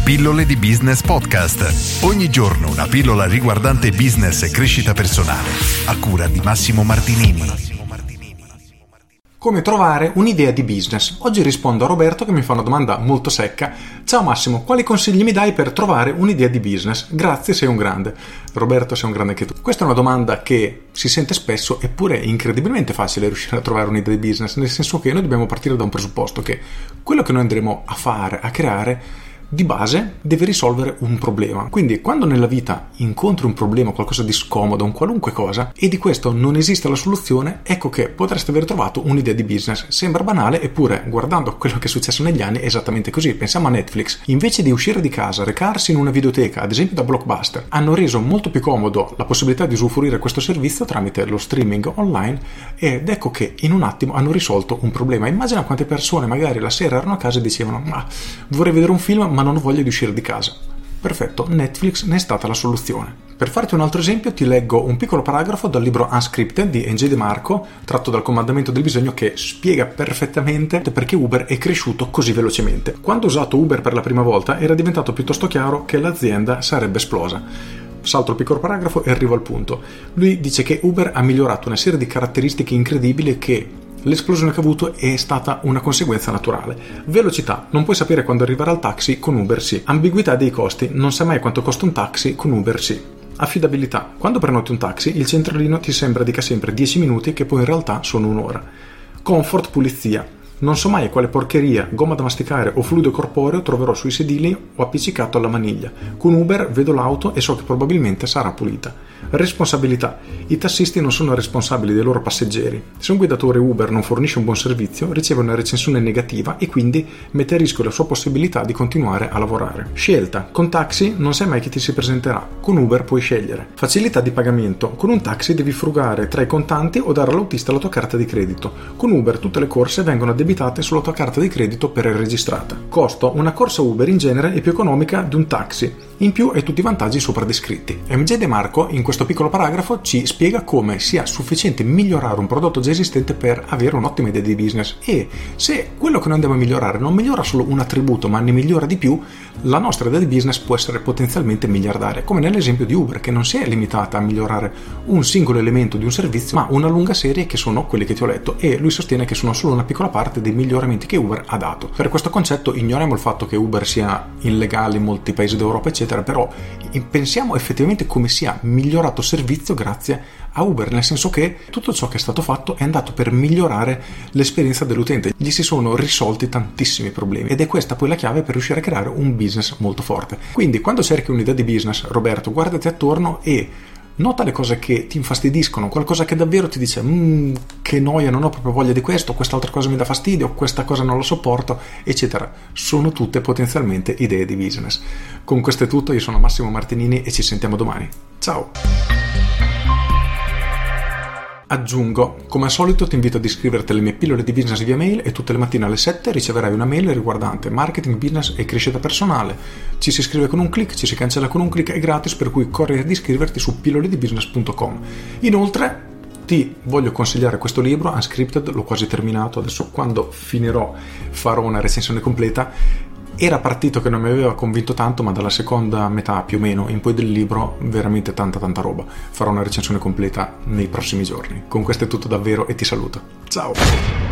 Pillole di Business Podcast. Ogni giorno una pillola riguardante business e crescita personale. A cura di Massimo Martinini. Come trovare un'idea di business? Oggi rispondo a Roberto che mi fa una domanda molto secca. Ciao Massimo, quali consigli mi dai per trovare un'idea di business? Grazie, sei un grande. Roberto, sei un grande anche tu. Questa è una domanda che si sente spesso, eppure è incredibilmente facile riuscire a trovare un'idea di business, nel senso che noi dobbiamo partire da un presupposto che quello che noi andremo a fare, a creare, di base deve risolvere un problema. Quindi quando nella vita incontri un problema, qualcosa di scomodo, un qualunque cosa, e di questo non esiste la soluzione, ecco che potreste aver trovato un'idea di business. Sembra banale, eppure guardando quello che è successo negli anni è esattamente così. Pensiamo a Netflix. Invece di uscire di casa, recarsi in una videoteca, ad esempio da Blockbuster, hanno reso molto più comodo la possibilità di usufruire questo servizio tramite lo streaming online, ed ecco che in un attimo hanno risolto un problema. Immagina quante persone magari la sera erano a casa e dicevano: ma vorrei vedere un film ma non ho voglia di uscire di casa. Perfetto, Netflix ne è stata la soluzione. Per farti un altro esempio ti leggo un piccolo paragrafo dal libro Unscripted di N.J. DeMarco, tratto dal Comandamento del bisogno, che spiega perfettamente perché Uber è cresciuto così velocemente. Quando ho usato Uber per la prima volta era diventato piuttosto chiaro che l'azienda sarebbe esplosa. Salto il piccolo paragrafo e arrivo al punto. Lui dice che Uber ha migliorato una serie di caratteristiche incredibili e che l'esplosione che ha avuto è stata una conseguenza naturale. Velocità, non puoi sapere quando arriverà il taxi, con Uber sì. Ambiguità dei costi, non sai mai quanto costa un taxi, con Uber sì. Affidabilità, quando prenoti un taxi il centralino ti sembra dica sempre 10 minuti che poi in realtà sono un'ora. Comfort, pulizia, non so mai quale porcheria, gomma da masticare o fluido corporeo troverò sui sedili o appiccicato alla maniglia. Con Uber vedo l'auto e so che probabilmente sarà pulita. Responsabilità. I tassisti non sono responsabili dei loro passeggeri. Se un guidatore Uber non fornisce un buon servizio, riceve una recensione negativa e quindi mette a rischio la sua possibilità di continuare a lavorare. Scelta. Con taxi non sai mai chi ti si presenterà. Con Uber puoi scegliere. Facilità di pagamento. Con un taxi devi frugare tra i contanti o dare all'autista la tua carta di credito. Con Uber tutte le corse vengono addebitate sulla tua carta di credito per registrata. Costo. Una corsa Uber in genere è più economica di un taxi. In più hai tutti i vantaggi sopra descritti. N.J. DeMarco in questo piccolo paragrafo ci spiega come sia sufficiente migliorare un prodotto già esistente per avere un'ottima idea di business, e se quello che noi andiamo a migliorare non migliora solo un attributo ma ne migliora di più, la nostra idea di business può essere potenzialmente miliardaria, come nell'esempio di Uber, che non si è limitata a migliorare un singolo elemento di un servizio ma una lunga serie che sono quelli che ti ho letto, e lui sostiene che sono solo una piccola parte dei miglioramenti che Uber ha dato. Per questo concetto ignoriamo il fatto che Uber sia illegale in molti paesi d'Europa eccetera, però pensiamo effettivamente come sia migliorato servizio grazie a Uber, nel senso che tutto ciò che è stato fatto è andato per migliorare l'esperienza dell'utente, gli si sono risolti tantissimi problemi, ed è questa poi la chiave per riuscire a creare un business molto forte. Quindi quando cerchi un'idea di business, Roberto, guardati attorno e nota le cose che ti infastidiscono, qualcosa che davvero ti dice che noia, non ho proprio voglia di questo, quest'altra cosa mi dà fastidio, questa cosa non la sopporto, eccetera. Sono tutte potenzialmente idee di business. Con questo è tutto, io sono Massimo Martinini e ci sentiamo domani. Ciao! Aggiungo, come al solito ti invito ad iscriverti alle mie pillole di business via mail, e tutte le mattine alle 7 riceverai una mail riguardante marketing, business e crescita personale. Ci si iscrive con un click, ci si cancella con un click, è gratis, per cui corri ad iscriverti su pilloledibusiness.com. Inoltre ti voglio consigliare questo libro, Unscripted, l'ho quasi terminato, adesso quando finirò farò una recensione completa. Era partito che non mi aveva convinto tanto, ma dalla seconda metà più o meno in poi del libro veramente tanta roba. Farò una recensione completa nei prossimi giorni. Con questo è tutto davvero e ti saluto. Ciao!